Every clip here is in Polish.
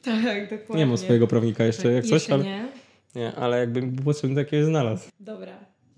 Tak, dokładnie. Nie mam swojego prawnika jeszcze, jak coś, jeszcze ale... nie. Nie, ale jakbym był potrzebny, takiego znalazł. Dobra.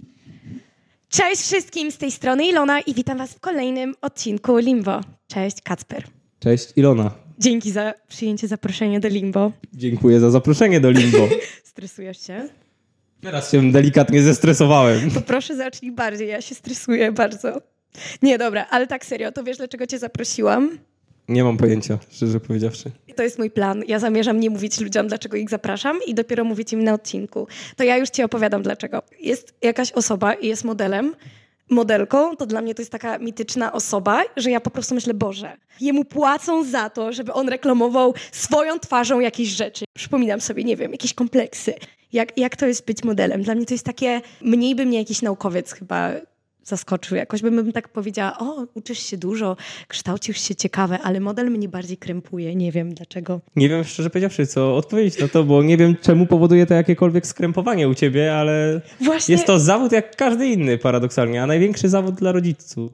Cześć wszystkim, z tej strony Ilona i witam was w kolejnym odcinku Limbo. Cześć, Kacper. Cześć, Ilona. Dzięki za przyjęcie zaproszenia do Limbo. Dziękuję za zaproszenie do Limbo. Stresujesz się? Teraz się delikatnie zestresowałem. To proszę zacznij bardziej, ja się stresuję bardzo. Nie, dobra, ale tak serio, to wiesz, dlaczego cię zaprosiłam? Nie mam pojęcia, szczerze powiedziawszy. To jest mój plan. Ja zamierzam nie mówić ludziom, dlaczego ich zapraszam i dopiero mówić im na odcinku. To ja już ci opowiadam dlaczego. Jest jakaś osoba i jest modelką, to dla mnie to jest taka mityczna osoba, że ja po prostu myślę, Boże, jemu płacą za to, żeby on reklamował swoją twarzą jakieś rzeczy. Przypominam sobie, nie wiem, jakieś kompleksy. Jak to jest być modelem? Dla mnie to jest takie, mniej by mnie jakiś naukowiec chyba zaskoczył jakoś, bym tak powiedziała, uczysz się dużo, kształcisz się ciekawe, ale model mnie bardziej krępuje, nie wiem dlaczego. Nie wiem, szczerze powiedziawszy, co odpowiedzieć na to, bo nie wiem, czemu powoduje to jakiekolwiek skrępowanie u ciebie, ale Właśnie... jest to zawód jak każdy inny, paradoksalnie, a największy zawód dla rodziców.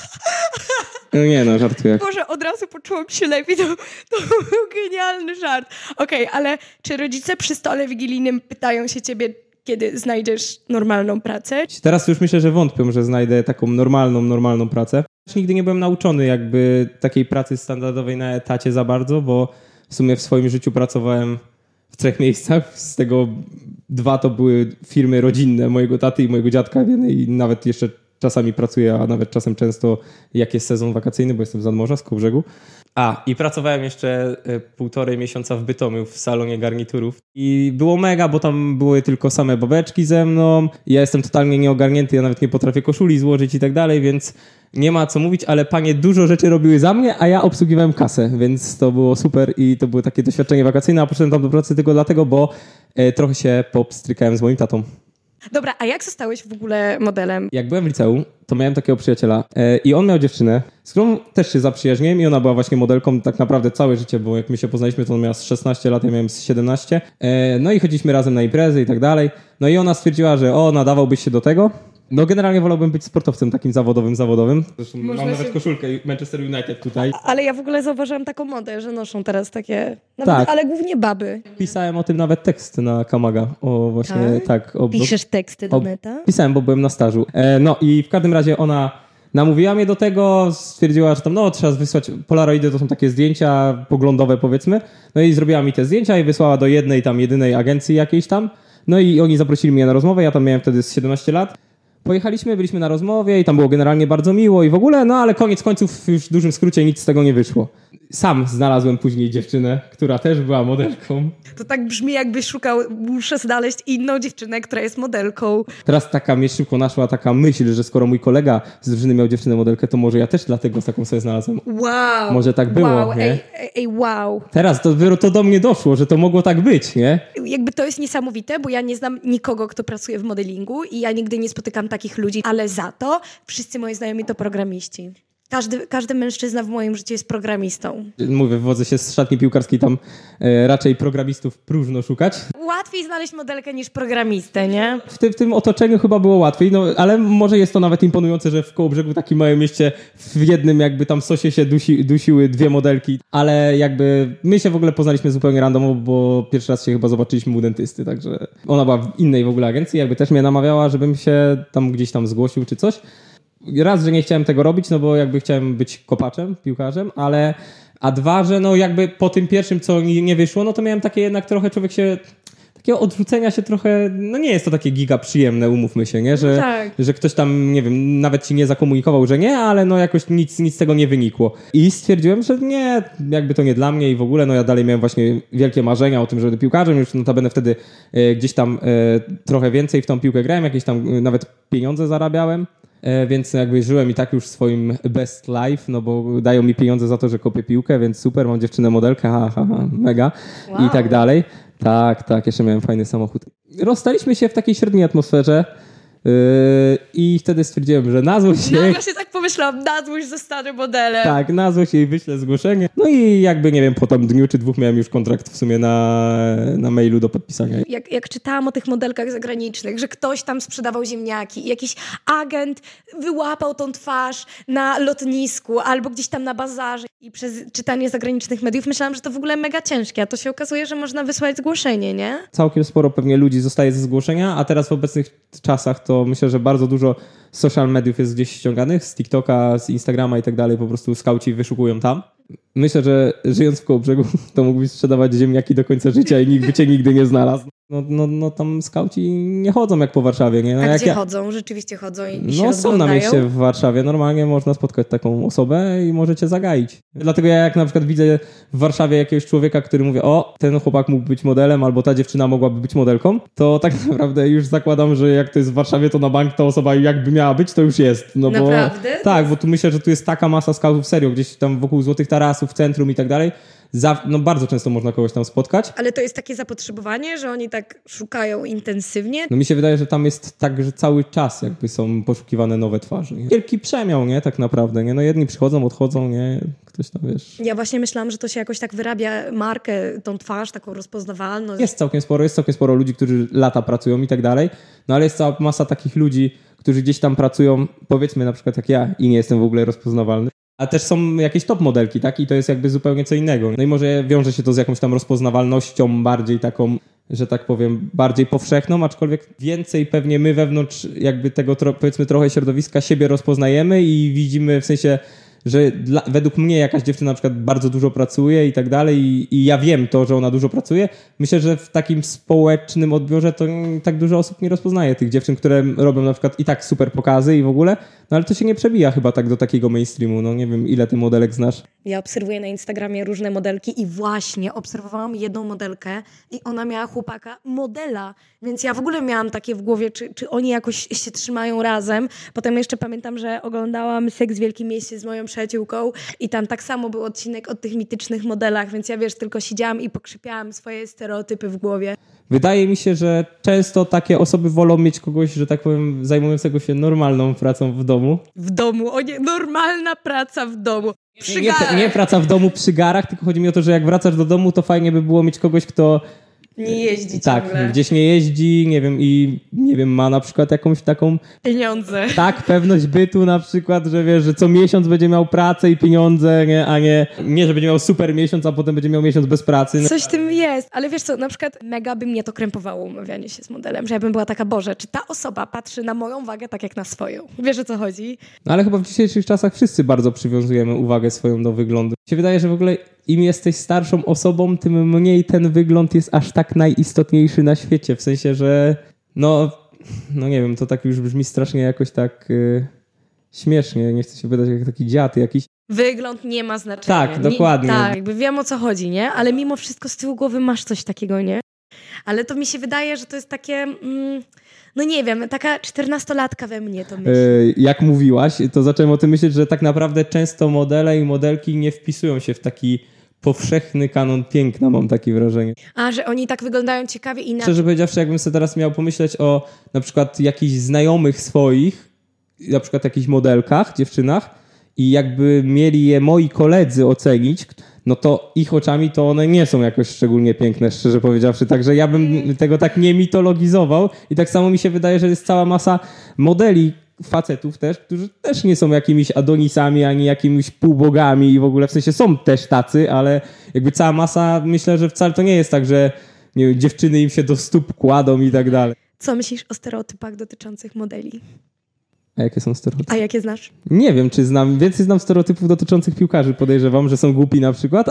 No nie, no, żartuję. Boże, od razu poczułam się lepiej, to był genialny żart. Okej, ale czy rodzice przy stole wigilijnym pytają się ciebie, kiedy znajdziesz normalną pracę? Teraz już myślę, że wątpią, że znajdę taką normalną pracę. Nigdy nie byłem nauczony jakby takiej pracy standardowej na etacie za bardzo, bo w sumie w swoim życiu pracowałem w 3 miejscach. Z tego 2 to były firmy rodzinne mojego taty i mojego dziadka w jednej, nawet jeszcze czasami pracuję, a nawet czasem często jak jest sezon wakacyjny, bo jestem z nadmorza, z Kołbrzegu. I pracowałem jeszcze 1,5 miesiąca w Bytomiu w salonie garniturów i było mega, bo tam były tylko same babeczki ze mną. Ja jestem totalnie nieogarnięty, ja nawet nie potrafię koszuli złożyć i tak dalej, więc nie ma co mówić, ale panie dużo rzeczy robiły za mnie, a ja obsługiwałem kasę, więc to było super i to było takie doświadczenie wakacyjne, a poszedłem tam do pracy tylko dlatego, bo trochę się popstrykałem z moim tatą. Dobra, a jak zostałeś w ogóle modelem? Jak byłem w liceum, to miałem takiego przyjaciela i on miał dziewczynę, z którą też się zaprzyjaźniłem i ona była właśnie modelką tak naprawdę całe życie, bo jak my się poznaliśmy, to on miał 16 lat, ja miałem 17. No i chodziliśmy razem na imprezy i tak dalej. No i ona stwierdziła, że nadawałbyś się do tego. No generalnie wolałbym być sportowcem takim zawodowym. Zresztą mam nawet koszulkę Manchester United tutaj. Ale ja w ogóle zauważyłam taką modę, że noszą teraz takie, tak. Ale głównie baby. Pisałem o tym nawet tekst na Kamaga. Piszesz teksty do neta? Pisałem, bo byłem na stażu. No i w każdym razie ona namówiła mnie do tego, stwierdziła, że tam trzeba wysłać polaroidy, to są takie zdjęcia poglądowe powiedzmy. No i zrobiła mi te zdjęcia i wysłała do jednej tam jedynej agencji jakiejś tam. No i oni zaprosili mnie na rozmowę, ja tam miałem wtedy 17 lat. Pojechaliśmy, byliśmy na rozmowie i tam było generalnie bardzo miło i w ogóle, ale koniec końców już w dużym skrócie nic z tego nie wyszło. Sam znalazłem później dziewczynę, która też była modelką. To tak brzmi, jakby muszę znaleźć inną dziewczynę, która jest modelką. Teraz mnie szybko naszła taka myśl, że skoro mój kolega z drużyny miał dziewczynę modelkę, to może ja też dlatego taką sobie znalazłem. Wow! Może tak było, wow, nie? Wow! Teraz dopiero to do mnie doszło, że to mogło tak być, nie? Jakby to jest niesamowite, bo ja nie znam nikogo, kto pracuje w modelingu i ja nigdy nie spotykam takich ludzi, ale za to wszyscy moi znajomi to programiści. Każdy mężczyzna w moim życiu jest programistą. Mówię, wywodzę się z szatni piłkarskiej, tam raczej programistów próżno szukać. Łatwiej znaleźć modelkę niż programistę, nie? W tym otoczeniu chyba było łatwiej, ale może jest to nawet imponujące, że w Kołobrzegu, w takim małym mieście, w jednym jakby tam sosie się dusiły 2 modelki, ale jakby my się w ogóle poznaliśmy zupełnie randomowo, bo pierwszy raz się chyba zobaczyliśmy u dentysty, także ona była w innej w ogóle agencji, jakby też mnie namawiała, żebym się tam gdzieś tam zgłosił czy coś. Raz, że nie chciałem tego robić, no bo jakby chciałem być kopaczem, piłkarzem, a 2, że jakby po tym pierwszym, co nie wyszło, no to miałem takie jednak trochę takiego odrzucenia się trochę, nie jest to takie giga przyjemne, umówmy się, nie? Że ktoś tam, nie wiem, nawet ci nie zakomunikował, że nie, ale jakoś nic z tego nie wynikło. I stwierdziłem, że nie, jakby to nie dla mnie i w ogóle, ja dalej miałem właśnie wielkie marzenia o tym, żeby być piłkarzem, już notabene wtedy gdzieś tam trochę więcej w tą piłkę grałem, jakieś tam nawet pieniądze zarabiałem. Więc jakby żyłem i tak już swoim best life, bo dają mi pieniądze za to, że kopię piłkę, więc super, mam dziewczynę modelkę, mega. Wow. I tak dalej. Tak, jeszcze miałem fajny samochód. Rozstaliśmy się w takiej średniej atmosferze. I wtedy stwierdziłem, że na złość No właśnie tak pomyślałam, na złość zostanę modelem. Tak, na złość jej wyślę zgłoszenie. No i jakby, nie wiem, po tam dniu czy dwóch miałem już kontrakt w sumie na mailu do podpisania. Jak czytałam o tych modelkach zagranicznych, że ktoś tam sprzedawał ziemniaki i jakiś agent wyłapał tą twarz na lotnisku albo gdzieś tam na bazarze i przez czytanie zagranicznych mediów myślałam, że to w ogóle mega ciężkie, a to się okazuje, że można wysłać zgłoszenie, nie? Całkiem sporo pewnie ludzi zostaje ze zgłoszenia, a teraz w obecnych czasach to myślę, że bardzo dużo social mediów jest gdzieś ściąganych, z TikToka, z Instagrama i tak dalej, po prostu skauci wyszukują tam. Myślę, że żyjąc w Kołobrzegu, to mógłbyś sprzedawać ziemniaki do końca życia i nikt by cię nigdy nie znalazł. No tam skauci nie chodzą jak po Warszawie. Nie? No, a gdzie chodzą? Rzeczywiście chodzą i się No są na mieście rozglądają? w Warszawie. Normalnie można spotkać taką osobę i możecie zagaić. Dlatego ja jak na przykład widzę w Warszawie jakiegoś człowieka, który mówi, o, ten chłopak mógł być modelem albo ta dziewczyna mogłaby być modelką, to tak naprawdę już zakładam, że jak to jest w Warszawie, to na bank ta osoba jakby miała być, to już jest. No bo, naprawdę? Tak, bo tu myślę, że tu jest taka masa skautów, serio, gdzieś tam wokół Złotych Tarasów, w centrum i tak dalej. No bardzo często można kogoś tam spotkać. Ale to jest takie zapotrzebowanie, że oni tak szukają intensywnie? No mi się wydaje, że tam jest tak, że cały czas jakby są poszukiwane nowe twarze. Nie? Wielki przemiał, nie? Tak naprawdę, nie? No jedni przychodzą, odchodzą, nie? Ktoś tam, wiesz... Ja właśnie myślałam, że to się jakoś tak wyrabia markę, tą twarz, taką rozpoznawalność. Jest całkiem sporo ludzi, którzy lata pracują i tak dalej, no ale jest cała masa takich ludzi, którzy gdzieś tam pracują, powiedzmy na przykład jak ja i nie jestem w ogóle rozpoznawalny. A też są jakieś top modelki, tak? I to jest jakby zupełnie co innego. No i może wiąże się to z jakąś tam rozpoznawalnością bardziej taką, że tak powiem, bardziej powszechną, aczkolwiek więcej pewnie my wewnątrz jakby tego, powiedzmy, trochę środowiska siebie rozpoznajemy i widzimy w sensie, że według mnie jakaś dziewczyna na przykład bardzo dużo pracuje i tak dalej i ja wiem to, że ona dużo pracuje. Myślę, że w takim społecznym odbiorze to tak dużo osób nie rozpoznaje tych dziewczyn, które robią na przykład i tak super pokazy i w ogóle, no ale to się nie przebija chyba tak do takiego mainstreamu. No nie wiem, ile ty modelek znasz. Ja obserwuję na Instagramie różne modelki i właśnie obserwowałam jedną modelkę i ona miała chłopaka modela, więc ja w ogóle miałam takie w głowie, czy oni jakoś się trzymają razem. Potem jeszcze pamiętam, że oglądałam Seks w Wielkim Mieście z moją przyjaciółką i tam tak samo był odcinek o tych mitycznych modelach, więc ja tylko siedziałam i pokrzypiałam swoje stereotypy w głowie. Wydaje mi się, że często takie osoby wolą mieć kogoś, że tak powiem, zajmującego się normalną pracą w domu. W domu, normalna praca w domu. Nie praca w domu przy garach, tylko chodzi mi o to, że jak wracasz do domu, to fajnie by było mieć kogoś, kto nie jeździ tak, ciągle. Gdzieś nie jeździ, nie wiem, i nie wiem, ma na przykład jakąś taką... Pieniądze. Tak, pewność bytu na przykład, że wiesz, że co miesiąc będzie miał pracę i pieniądze, nie? A nie, że będzie miał super miesiąc, a potem będzie miał miesiąc bez pracy. No. Coś w tym jest, ale wiesz co, na przykład mega by mnie to krępowało umawianie się z modelem, że ja bym była taka, Boże, czy ta osoba patrzy na moją wagę tak jak na swoją? Wiesz, o co chodzi? No ale chyba w dzisiejszych czasach wszyscy bardzo przywiązujemy uwagę swoją do wyglądu. Mi się wydaje, że w ogóle im jesteś starszą osobą, tym mniej ten wygląd jest aż tak najistotniejszy na świecie. W sensie, że no nie wiem, to tak już brzmi strasznie jakoś tak śmiesznie. Nie chcę się wydać jak taki dziad jakiś. Wygląd nie ma znaczenia. Tak, dokładnie. Tak, jakby wiem o co chodzi, nie? Ale mimo wszystko z tyłu głowy masz coś takiego, nie? Ale to mi się wydaje, że to jest takie... no nie wiem, taka 14-latka we mnie to myśli. Jak mówiłaś, to zacząłem o tym myśleć, że tak naprawdę często modele i modelki nie wpisują się w taki powszechny kanon piękna, mam takie wrażenie. A, że oni tak wyglądają ciekawie inaczej. Szczerze powiedziawszy, jakbym sobie teraz miał pomyśleć o na przykład jakichś znajomych swoich, na przykład jakichś modelkach, dziewczynach i jakby mieli je moi koledzy ocenić, no to ich oczami to one nie są jakoś szczególnie piękne, szczerze powiedziawszy. Także ja bym tego tak nie mitologizował i tak samo mi się wydaje, że jest cała masa modeli, facetów też, którzy też nie są jakimiś adonisami, ani jakimiś półbogami i w ogóle w sensie są też tacy, ale jakby cała masa, myślę, że wcale to nie jest tak, że nie wiem, dziewczyny im się do stóp kładą i tak dalej. Co myślisz o stereotypach dotyczących modeli? A jakie są stereotypy? A jakie znasz? Nie wiem, czy znam. Więcej znam stereotypów dotyczących piłkarzy. Podejrzewam, że są głupi na przykład,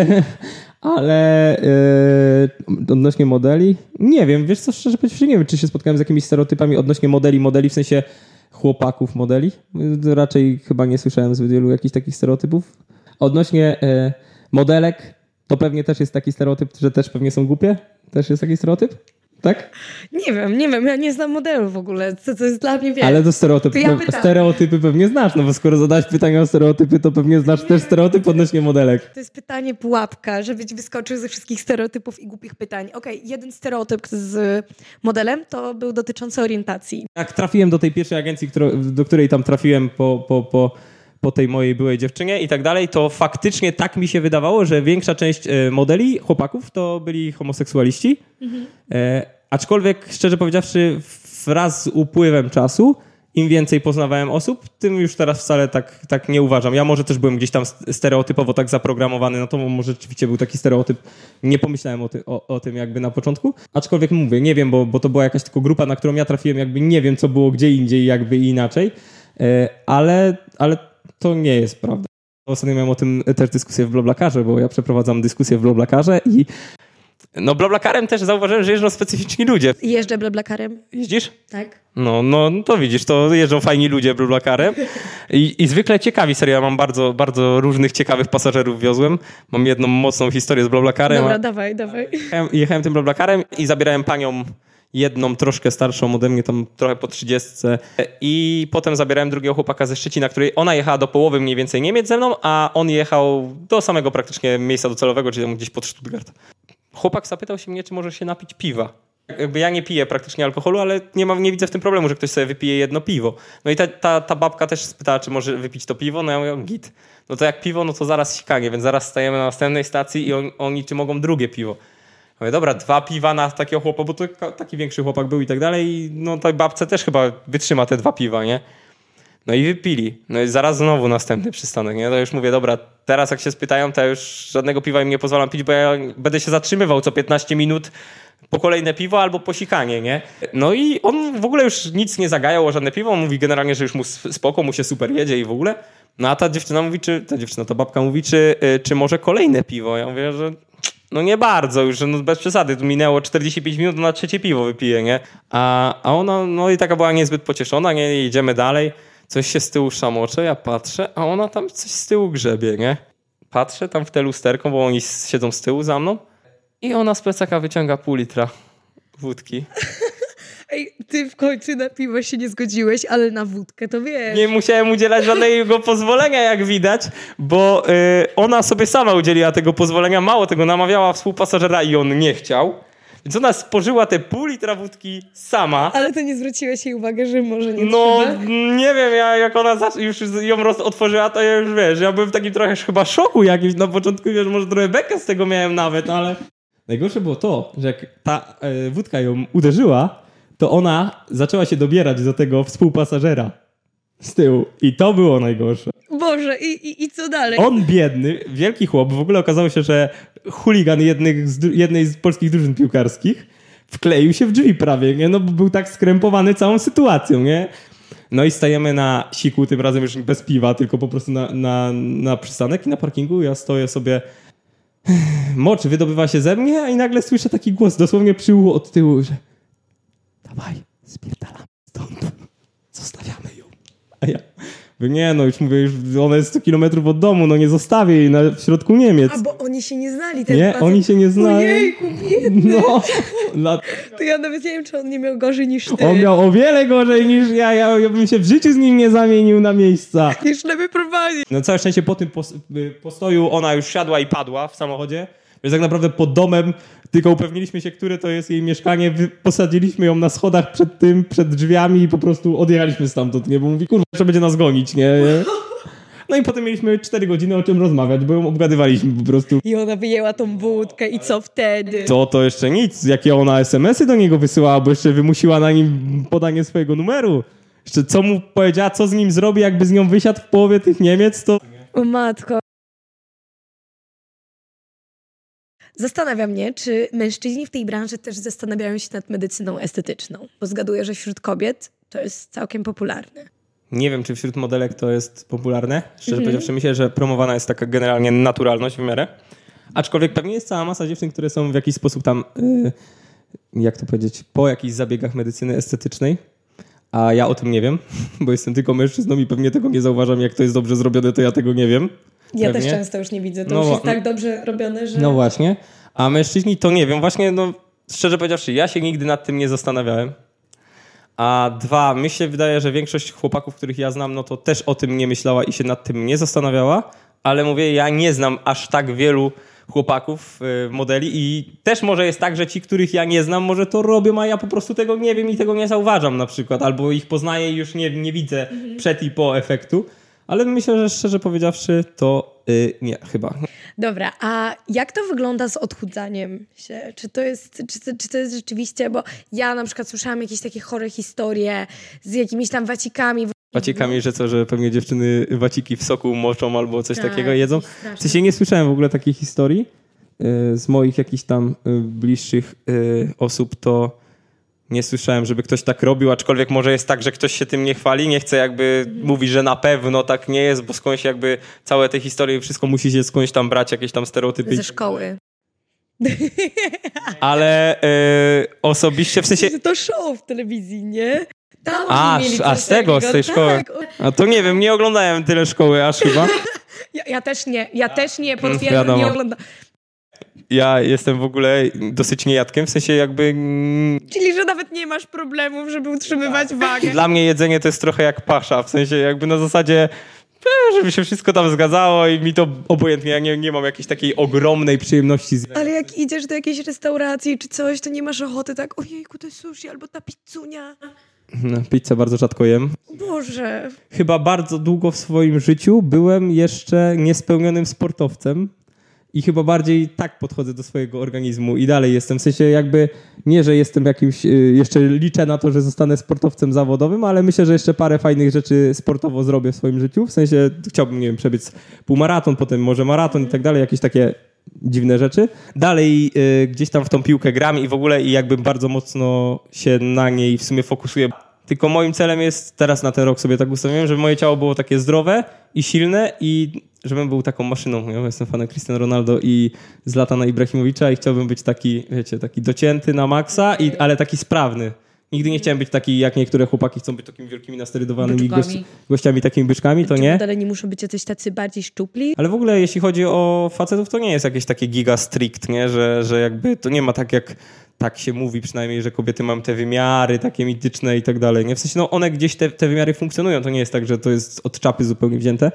ale odnośnie modeli? Nie wiem, wiesz co, szczerze powiedziawszy, nie wiem, czy się spotkałem z jakimiś stereotypami odnośnie modeli w sensie chłopaków modeli. Raczej chyba nie słyszałem zbyt wielu jakichś takich stereotypów. Odnośnie modelek, to pewnie też jest taki stereotyp, że też pewnie są głupie. Też jest taki stereotyp? Tak? Nie wiem, ja nie znam modelu w ogóle, co jest dla mnie, wiesz. Ale to stereotypy pewnie znasz, no bo skoro zadałeś pytanie o stereotypy, to pewnie znasz też stereotyp odnośnie modelek. To jest pytanie pułapka, żebyś wyskoczył ze wszystkich stereotypów i głupich pytań. Okej, jeden stereotyp z modelem to był dotyczący orientacji. Jak trafiłem do tej pierwszej agencji, do której tam trafiłem po tej mojej byłej dziewczynie i tak dalej, to faktycznie tak mi się wydawało, że większa część modeli, chłopaków, to byli homoseksualiści. Aczkolwiek, szczerze powiedziawszy, wraz z upływem czasu, im więcej poznawałem osób, tym już teraz wcale tak nie uważam. Ja może też byłem gdzieś tam stereotypowo tak zaprogramowany, no to może rzeczywiście był taki stereotyp. Nie pomyślałem o tym jakby na początku. Aczkolwiek mówię, nie wiem, bo to była jakaś tylko grupa, na którą ja trafiłem, jakby nie wiem, co było gdzie indziej, jakby inaczej. Ale to nie jest prawda. Ostatnio miałem o tym też dyskusję w BlaBlaCarze, bo ja przeprowadzam dyskusję w BlaBlaCarze i no BlaBlaCarem też zauważyłem, że jeżdżą specyficzni ludzie. Jeżdżę BlaBlaCarem. Jeździsz? Tak. No to widzisz, to jeżdżą fajni ludzie BlaBlaCarem i zwykle ciekawi, serio, ja mam bardzo, bardzo różnych ciekawych pasażerów wiozłem. Mam jedną mocną historię z BlaBlaCarem. Dobra, dawaj. Jechałem tym BlaBlaCarem i zabierałem panią jedną troszkę starszą ode mnie, tam trochę po 30 i potem zabierałem drugiego chłopaka ze Szczecina, której ona jechała do połowy mniej więcej Niemiec ze mną, a on jechał do samego praktycznie miejsca docelowego, czyli tam gdzieś pod Stuttgart. Chłopak zapytał się mnie, czy może się napić piwa. Jakby ja nie piję praktycznie alkoholu, ale nie widzę w tym problemu, że ktoś sobie wypije jedno piwo. No i ta babka też spytała, czy może wypić to piwo, no ja mówię, git. No to jak piwo, no to zaraz sikanie, więc zaraz stajemy na następnej stacji i oni czy mogą drugie piwo. Mówię, dobra, 2 piwa na takiego chłopa, bo to taki większy chłopak był i tak dalej. I no tej babce też chyba wytrzyma te 2 piwa, nie? No i wypili. No i zaraz znowu następny przystanek, nie? To już mówię, dobra, teraz jak się spytają, to ja już żadnego piwa im nie pozwalam pić, bo ja będę się zatrzymywał co 15 minut po kolejne piwo albo po sikanie, nie? No i on w ogóle już nic nie zagajał o żadne piwo. On mówi generalnie, że już mu spoko, mu się super jedzie i w ogóle. No a ta babka mówi, czy może kolejne piwo? Ja mówię, że no nie bardzo już, no bez przesady. Tu minęło 45 minut, na trzecie piwo wypije, nie? A ona, no i taka była niezbyt pocieszona, nie? Idziemy dalej. Coś się z tyłu szamocze, ja patrzę, a ona tam coś z tyłu grzebie, nie? Patrzę tam w te lusterko, bo oni siedzą z tyłu za mną i ona z plecaka wyciąga pół litra wódki. Ej, ty w końcu na piwo się nie zgodziłeś, ale na wódkę to wiesz. Nie musiałem udzielać żadnego pozwolenia, jak widać, bo ona sobie sama udzieliła tego pozwolenia. Mało tego, namawiała współpasażera i on nie chciał. Więc ona spożyła te pół litra wódki sama. Ale to nie zwróciłeś jej uwagę, że może nie no, trzeba? Nie wiem, jak ona już ją otworzyła, to ja już wiesz, ja byłem w takim trochę chyba szoku jakimś na początku, wiesz, może trochę bekę z tego miałem nawet, ale... Najgorsze było to, że jak ta wódka ją uderzyła, to ona zaczęła się dobierać do tego współpasażera z tyłu. I to było najgorsze. Boże, i co dalej? On biedny, wielki chłop, w ogóle okazało się, że chuligan jednej z polskich drużyn piłkarskich wkleił się w drzwi prawie, nie? No bo był tak skrępowany całą sytuacją, nie? No i stajemy na siku, tym razem już bez piwa, tylko po prostu na przystanek i na parkingu ja stoję sobie, mocz wydobywa się ze mnie, a i nagle słyszę taki głos dosłownie przy uchu od tyłu, że dawaj, spierdalamy stąd, zostawiamy ją. A ja nie, no już mówię, ona jest 100 kilometrów od domu, no nie zostawię jej w środku Niemiec. A bo oni się nie znali. Oni się nie znali. Ojejku, biedny. No. To ja nawet nie wiem, czy on nie miał gorzej niż ty. On miał o wiele gorzej niż ja. Ja bym się w życiu z nim nie zamienił na miejsca. Jeszcze wyprowadzi. No całe szczęście po tym postoju ona już siadła i padła w samochodzie. Więc tak naprawdę pod domem tylko upewniliśmy się, które to jest jej mieszkanie. Posadziliśmy ją na schodach przed drzwiami i po prostu odjechaliśmy stamtąd, nie? Bo mówi, kurwa, jeszcze będzie nas gonić, nie? No i potem mieliśmy 4 godziny o czym rozmawiać, bo ją obgadywaliśmy po prostu. I ona wyjęła tą wódkę i co wtedy? To jeszcze nic. Jakie ona SMS-y do niego wysyłała, bo jeszcze wymusiła na nim podanie swojego numeru. Jeszcze co mu powiedziała, co z nim zrobi, jakby z nią wysiadł w połowie tych Niemiec, to... O matko. Zastanawia mnie, czy mężczyźni w tej branży też zastanawiają się nad medycyną estetyczną. Bo zgaduję, że wśród kobiet to jest całkiem popularne. Nie wiem, czy wśród modelek to jest popularne. Szczerze powiedziawszy, myślę, że promowana jest taka generalnie naturalność w miarę. Aczkolwiek pewnie jest cała masa dziewczyn, które są w jakiś sposób tam, jak to powiedzieć, po jakichś zabiegach medycyny estetycznej. A ja o tym nie wiem, bo jestem tylko mężczyzną i pewnie tego nie zauważam. Jak to jest dobrze zrobione, to ja tego nie wiem. Ja pewnie. też często już nie widzę. To już jest tak dobrze robione, że... No właśnie. A mężczyźni to nie wiem. Właśnie, no Szczerze powiedziawszy, ja się nigdy nad tym nie zastanawiałem. A dwa, mi się wydaje, że większość chłopaków, których ja znam, no to też o tym nie myślała i się nad tym nie zastanawiała. Ale mówię, ja nie znam aż tak wielu chłopaków modeli i też może jest tak, że ci, których ja nie znam, może to robią, a ja po prostu tego nie wiem i tego nie zauważam na przykład. Albo ich poznaję i już nie widzę przed i po efektu. Ale myślę, że szczerze powiedziawszy, to nie, chyba. Dobra, a jak to wygląda z odchudzaniem się? Czy to jest rzeczywiście, bo ja na przykład słyszałam jakieś takie chore historie z jakimiś tam wacikami. Wacikami, że co, że pewnie dziewczyny waciki w soku moczą albo coś takiego jedzą. Straszne. W sensie nie słyszałem w ogóle takiej historii z moich jakichś tam bliższych Osób to nie słyszałem, żeby ktoś tak robił, aczkolwiek może jest tak, że ktoś się tym nie chwali, nie chce jakby mówić, że na pewno tak nie jest, bo skądś jakby całe te historie, wszystko musi się skądś tam brać, jakieś tam stereotypy. Ze szkoły. Ale osobiście w sensie... To show w telewizji, nie? Tam mieli A coś z tej takiego, szkoły. tak. A to nie wiem, nie oglądałem tyle szkoły aż chyba. Ja też nie, potwierdzam, wiadomo. nie oglądam. Ja jestem w ogóle dosyć niejadkiem, w sensie jakby... Czyli, że nawet nie masz problemów, żeby utrzymywać wagę. Dla mnie jedzenie to jest trochę jak pasza, w sensie jakby na zasadzie, żeby się wszystko tam zgadzało i mi to obojętnie, ja nie mam jakiejś takiej ogromnej przyjemności z... Ale jak idziesz do jakiejś restauracji czy coś, to nie masz ochoty tak, ojejku, to jest sushi albo ta pizzunia. Pizzę bardzo rzadko jem. Boże. Chyba bardzo długo w swoim życiu byłem jeszcze niespełnionym sportowcem i chyba bardziej tak podchodzę do swojego organizmu i dalej jestem. W sensie jakby nie, że jestem jakimś, jeszcze liczę na to, że zostanę sportowcem zawodowym, ale myślę, że jeszcze parę fajnych rzeczy sportowo zrobię w swoim życiu. W sensie chciałbym, nie wiem, przebiec półmaraton, potem może maraton i tak dalej, jakieś takie dziwne rzeczy. Dalej gdzieś tam w tą piłkę gram i w ogóle i jakby bardzo mocno się na niej w sumie fokusuję. Tylko moim celem jest, teraz na ten rok sobie tak ustawiłem, żeby moje ciało było takie zdrowe i silne i żebym był taką maszyną. Ja jestem fanem Cristiano Ronaldo i Zlatana Ibrahimowicza i chciałbym być taki, wiecie, taki docięty na maksa, ale taki sprawny. Nigdy nie chciałem być taki, jak niektóre chłopaki chcą być takimi wielkimi nasterydowanymi gościami, takimi byczkami, to nie. Ale nie muszą być jacyś tacy bardziej szczupli? Ale w ogóle jeśli chodzi o facetów, to nie jest jakieś takie giga strict, nie? Że jakby to nie ma tak jak tak się mówi przynajmniej, że kobiety mają te wymiary takie mityczne i tak dalej. Nie? W sensie, no one gdzieś te wymiary funkcjonują. To nie jest tak, że to jest od czapy zupełnie wzięte,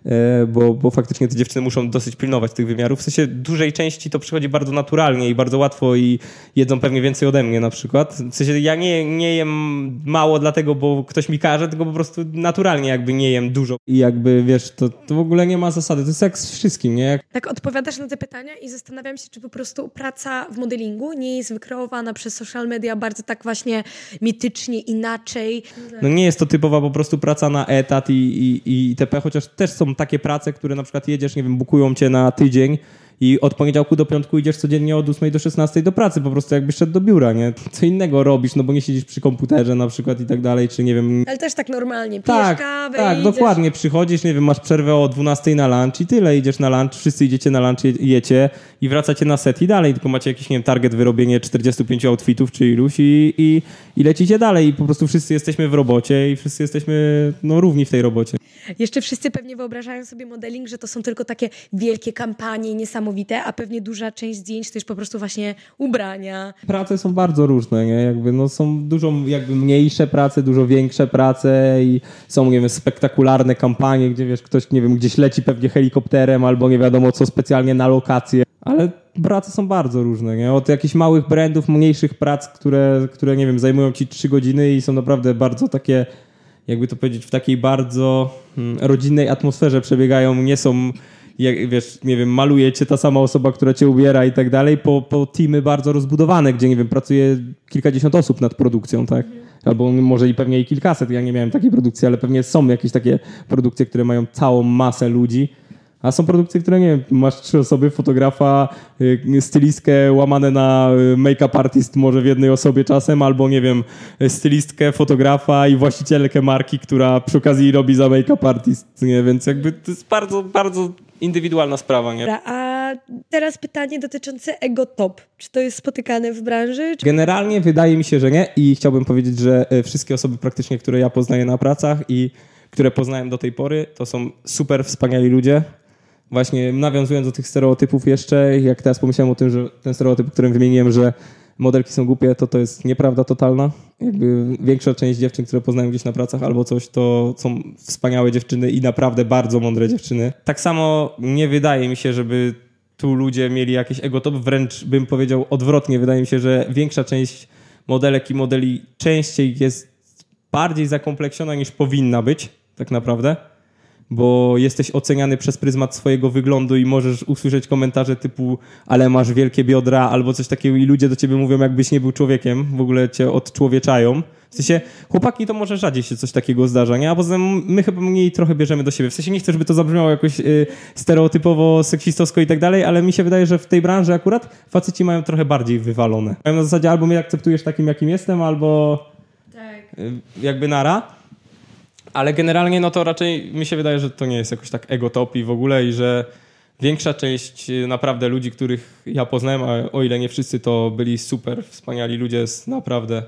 bo faktycznie te dziewczyny muszą dosyć pilnować tych wymiarów. W sensie dużej części to przychodzi bardzo naturalnie i bardzo łatwo i jedzą pewnie więcej ode mnie na przykład. W sensie ja nie jem mało dlatego, bo ktoś mi każe, tylko po prostu naturalnie jakby nie jem dużo. I jakby, wiesz, to w ogóle nie ma zasady. To jest jak z wszystkim, nie? Tak odpowiadasz na te pytania i zastanawiam się, czy po prostu praca w modelingu nie jest wykreowana przez social media bardzo tak właśnie mitycznie, inaczej. No nie jest to typowa po prostu praca na etat i itp., chociaż też są takie prace, które na przykład jedziesz, nie wiem, bukują cię na tydzień i od poniedziałku do piątku idziesz codziennie od 8 do 16 do pracy, po prostu jakbyś szedł do biura, nie? Co innego robisz, no bo nie siedzisz przy komputerze na przykład i tak dalej, czy nie wiem... Ale też tak normalnie, pijesz kawę tak, i dokładnie, przychodzisz, nie wiem, masz przerwę o 12 na lunch i tyle, idziesz na lunch, wszyscy idziecie na lunch, jecie i wracacie na set i dalej, tylko macie jakiś, nie wiem, target, wyrobienie 45 outfitów czy iluś i lecicie dalej i po prostu wszyscy jesteśmy w robocie i wszyscy jesteśmy, no, równi w tej robocie. Jeszcze wszyscy pewnie wyobrażają sobie modeling, że to są tylko takie wielkie kampanie niesamowite, a pewnie duża część zdjęć to już po prostu właśnie ubrania. Prace są bardzo różne, nie? Jakby, no, są dużo jakby mniejsze prace, dużo większe prace i są, nie wiem, spektakularne kampanie, gdzie wiesz, ktoś, nie wiem, gdzieś leci pewnie helikopterem albo nie wiadomo co specjalnie na lokację, ale prace są bardzo różne, nie? Od jakichś małych brandów, mniejszych prac, które nie wiem, zajmują ci 3 godziny i są naprawdę bardzo takie, jakby to powiedzieć, w takiej bardzo rodzinnej atmosferze przebiegają, nie są, jak, wiesz, nie wiem, maluje cię ta sama osoba, która cię ubiera i tak dalej, po teamy bardzo rozbudowane, gdzie, nie wiem, pracuje kilkadziesiąt osób nad produkcją, tak? Albo może i pewnie i kilkaset, ja nie miałem takiej produkcji, ale pewnie są jakieś takie produkcje, które mają całą masę ludzi. A są produkcje, które, nie wiem, masz 3 osoby, fotografa, stylistkę łamane na make-up artist może w jednej osobie czasem, albo, nie wiem, stylistkę, fotografa i właścicielkę marki, która przy okazji robi za make-up artist, nie? Więc jakby to jest bardzo, bardzo indywidualna sprawa, nie? A teraz pytanie dotyczące ego top. Czy to jest spotykane w branży? Generalnie wydaje mi się, że nie i chciałbym powiedzieć, że wszystkie osoby praktycznie, które ja poznaję na pracach i które poznałem do tej pory, to są super wspaniali ludzie. Właśnie nawiązując do tych stereotypów jeszcze, jak teraz pomyślałem o tym, że ten stereotyp, o którym wymieniłem, że modelki są głupie, to jest nieprawda totalna. Jakby większa część dziewczyn, które poznałem gdzieś na pracach albo coś, to są wspaniałe dziewczyny i naprawdę bardzo mądre dziewczyny. Tak samo nie wydaje mi się, żeby tu ludzie mieli jakiś egotop, wręcz bym powiedział odwrotnie. Wydaje mi się, że większa część modelek i modeli częściej jest bardziej zakompleksiona niż powinna być tak naprawdę, bo jesteś oceniany przez pryzmat swojego wyglądu i możesz usłyszeć komentarze typu ale masz wielkie biodra albo coś takiego i ludzie do ciebie mówią jakbyś nie był człowiekiem, w ogóle cię odczłowieczają. W sensie chłopaki to może rzadziej się coś takiego zdarza, nie? A poza tym my chyba mniej trochę bierzemy do siebie. W sensie nie chcę, żeby to zabrzmiało jakoś stereotypowo, seksistowsko i tak dalej, ale mi się wydaje, że w tej branży akurat faceci mają trochę bardziej wywalone. Mają na zasadzie albo mnie akceptujesz takim, jakim jestem, albo jakby nara. Ale generalnie no to raczej mi się wydaje, że to nie jest jakoś tak egotop i w ogóle i że większa część naprawdę ludzi, których ja poznałem, a o ile nie wszyscy, to byli super, wspaniali ludzie, naprawdę.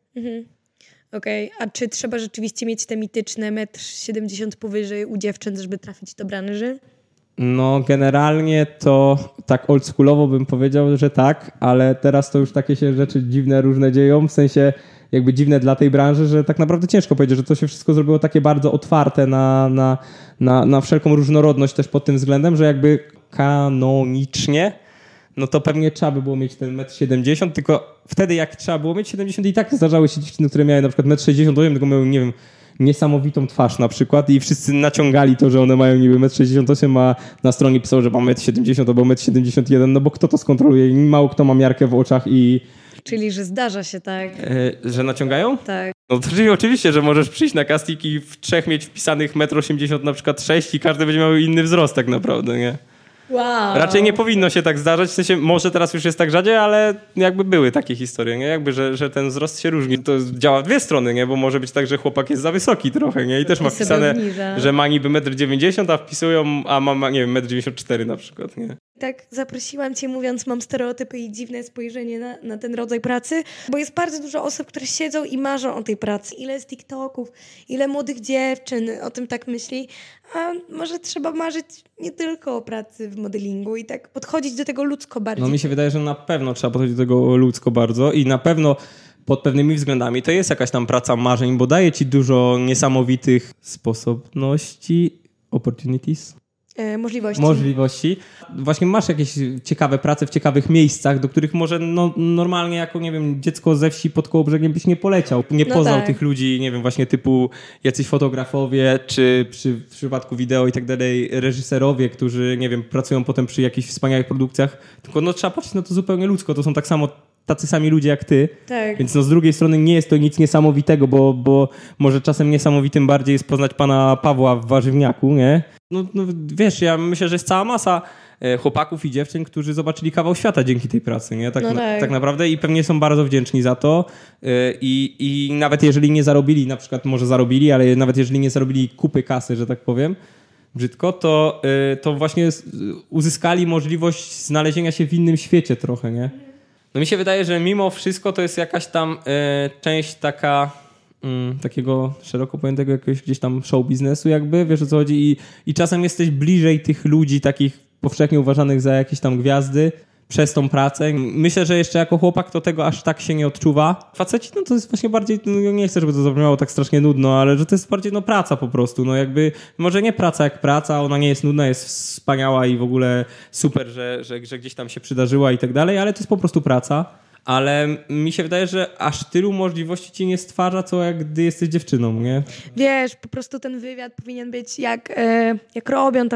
Okej, a czy trzeba rzeczywiście mieć te mityczne 1,70 m powyżej u dziewczyn, żeby trafić do branży? No generalnie to tak oldschoolowo bym powiedział, że tak, ale teraz to już takie się rzeczy dziwne, różne dzieją, w sensie jakby dziwne dla tej branży, że tak naprawdę ciężko powiedzieć, że to się wszystko zrobiło takie bardzo otwarte na wszelką różnorodność też pod tym względem, że jakby kanonicznie no to pewnie trzeba by było mieć ten 1,70 m, tylko wtedy jak trzeba było mieć 70 i tak zdarzały się dziewczyny, które miały na przykład 1,68 m, tylko miały, nie wiem, niesamowitą twarz na przykład i wszyscy naciągali to, że one mają niby 1,68 m, a na stronie pisało, że ma 1,70 m albo 1,71 m, no bo kto to skontroluje? Mało kto ma miarkę w oczach i... Czyli, że zdarza się tak. Że naciągają? Tak. No to oczywiście, że możesz przyjść na casting i w trzech mieć wpisanych 1,80 m na przykład 6 i każdy będzie miał inny wzrost tak naprawdę, nie? Wow. Raczej nie powinno się tak zdarzać, w sensie może teraz już jest tak rzadziej, ale jakby były takie historie, nie? Jakby, że ten wzrost się różni. To działa w dwie strony, nie? Bo może być tak, że chłopak jest za wysoki trochę, nie? I też ma wpisane, że ma niby 1,90 m, a wpisują, a ma, nie wiem, 1,94 m na przykład, nie? Tak zaprosiłam cię mówiąc, mam stereotypy i dziwne spojrzenie na ten rodzaj pracy, bo jest bardzo dużo osób, które siedzą i marzą o tej pracy. Ile jest TikToków, ile młodych dziewczyn o tym tak myśli, a może trzeba marzyć nie tylko o pracy w modelingu i tak podchodzić do tego ludzko bardziej. No mi się wydaje, że na pewno trzeba podchodzić do tego ludzko bardzo i na pewno pod pewnymi względami to jest jakaś tam praca marzeń, bo daje ci dużo niesamowitych sposobności, opportunities. Możliwości. Właśnie masz jakieś ciekawe prace w ciekawych miejscach, do których może no, normalnie jako, nie wiem, dziecko ze wsi pod Kołobrzegiem byś nie poleciał. Nie poznał tych ludzi, nie wiem, właśnie typu jacyś fotografowie, czy w przypadku wideo i tak dalej reżyserowie, którzy, nie wiem, pracują potem przy jakichś wspaniałych produkcjach. Tylko no trzeba patrzeć na to zupełnie ludzko. To są tak samo tacy sami ludzie jak ty. Tak. Więc no z drugiej strony nie jest to nic niesamowitego, bo może czasem niesamowitym bardziej jest poznać pana Pawła w warzywniaku, nie? No wiesz, ja myślę, że jest cała masa chłopaków i dziewczyn, którzy zobaczyli kawał świata dzięki tej pracy, nie? Tak naprawdę i pewnie są bardzo wdzięczni za to i nawet jeżeli nie zarobili, na przykład może zarobili, ale nawet jeżeli nie zarobili kupy kasy, że tak powiem, brzydko, to właśnie uzyskali możliwość znalezienia się w innym świecie trochę, nie? No mi się wydaje, że mimo wszystko to jest jakaś tam część taka takiego szeroko pojętego jakiegoś gdzieś tam show biznesu jakby, wiesz o co chodzi i czasem jesteś bliżej tych ludzi takich powszechnie uważanych za jakieś tam gwiazdy przez tą pracę. Myślę, że jeszcze jako chłopak to tego aż tak się nie odczuwa. Faceci, no to jest właśnie bardziej, no nie chcę, żeby to zabrzmiało tak strasznie nudno, ale że to jest bardziej no praca po prostu, no jakby może nie praca jak praca, ona nie jest nudna, jest wspaniała i w ogóle super, że gdzieś tam się przydarzyła i tak dalej, ale to jest po prostu praca. Ale mi się wydaje, że aż tylu możliwości ci nie stwarza, co jak gdy jesteś dziewczyną, nie? Wiesz, po prostu ten wywiad powinien być jak robią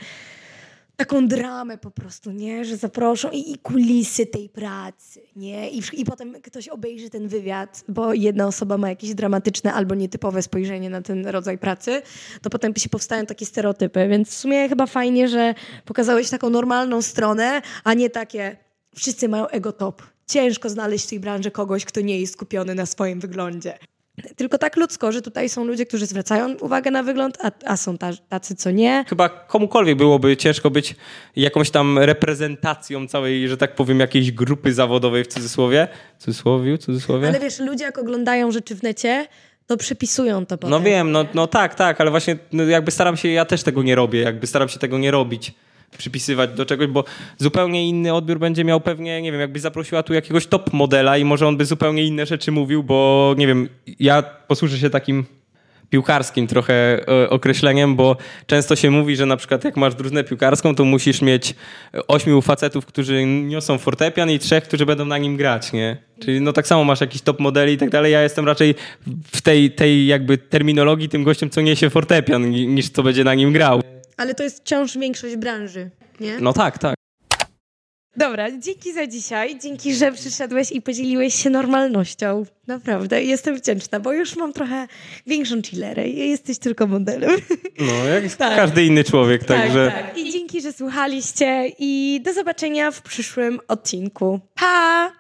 taką dramę po prostu, nie? Że zaproszą i kulisy tej pracy, nie? I potem ktoś obejrzy ten wywiad, bo jedna osoba ma jakieś dramatyczne albo nietypowe spojrzenie na ten rodzaj pracy, to potem się powstają takie stereotypy. Więc w sumie chyba fajnie, że pokazałeś taką normalną stronę, a nie takie wszyscy mają egotop. Ciężko znaleźć w tej branży kogoś, kto nie jest skupiony na swoim wyglądzie. Tylko tak ludzko, że tutaj są ludzie, którzy zwracają uwagę na wygląd, a są tacy, co nie. Chyba komukolwiek byłoby ciężko być jakąś tam całej, że tak powiem, jakiejś grupy zawodowej w cudzysłowie. Cudzysłowie. Ale wiesz, ludzie jak oglądają rzeczy w necie, to przypisują to potem. No wiem, no tak, ale właśnie no jakby ja też tego nie robię, jakby staram się tego nie robić. przypisywać do czegoś, bo zupełnie inny odbiór będzie miał pewnie, nie wiem, jakbyś zaprosiła tu jakiegoś top modela i może on by zupełnie inne rzeczy mówił, bo nie wiem, ja posłużę się takim piłkarskim trochę określeniem, bo często się mówi, że na przykład jak masz drużynę piłkarską, to musisz mieć 8 facetów, którzy niosą fortepian i 3, którzy będą na nim grać, nie? Czyli no tak samo masz jakiś top modeli i tak dalej. Ja jestem raczej w tej jakby terminologii tym gościem, co niesie fortepian, niż co będzie na nim grał. Ale to jest wciąż większość branży, nie? No tak. Dobra, dzięki za dzisiaj. Dzięki, że przyszedłeś i podzieliłeś się normalnością. Naprawdę, jestem wdzięczna, bo już mam trochę większą chillerę. Jesteś tylko modelem. No, jak każdy inny człowiek, także... Tak. I dzięki, że słuchaliście i do zobaczenia w przyszłym odcinku. Pa!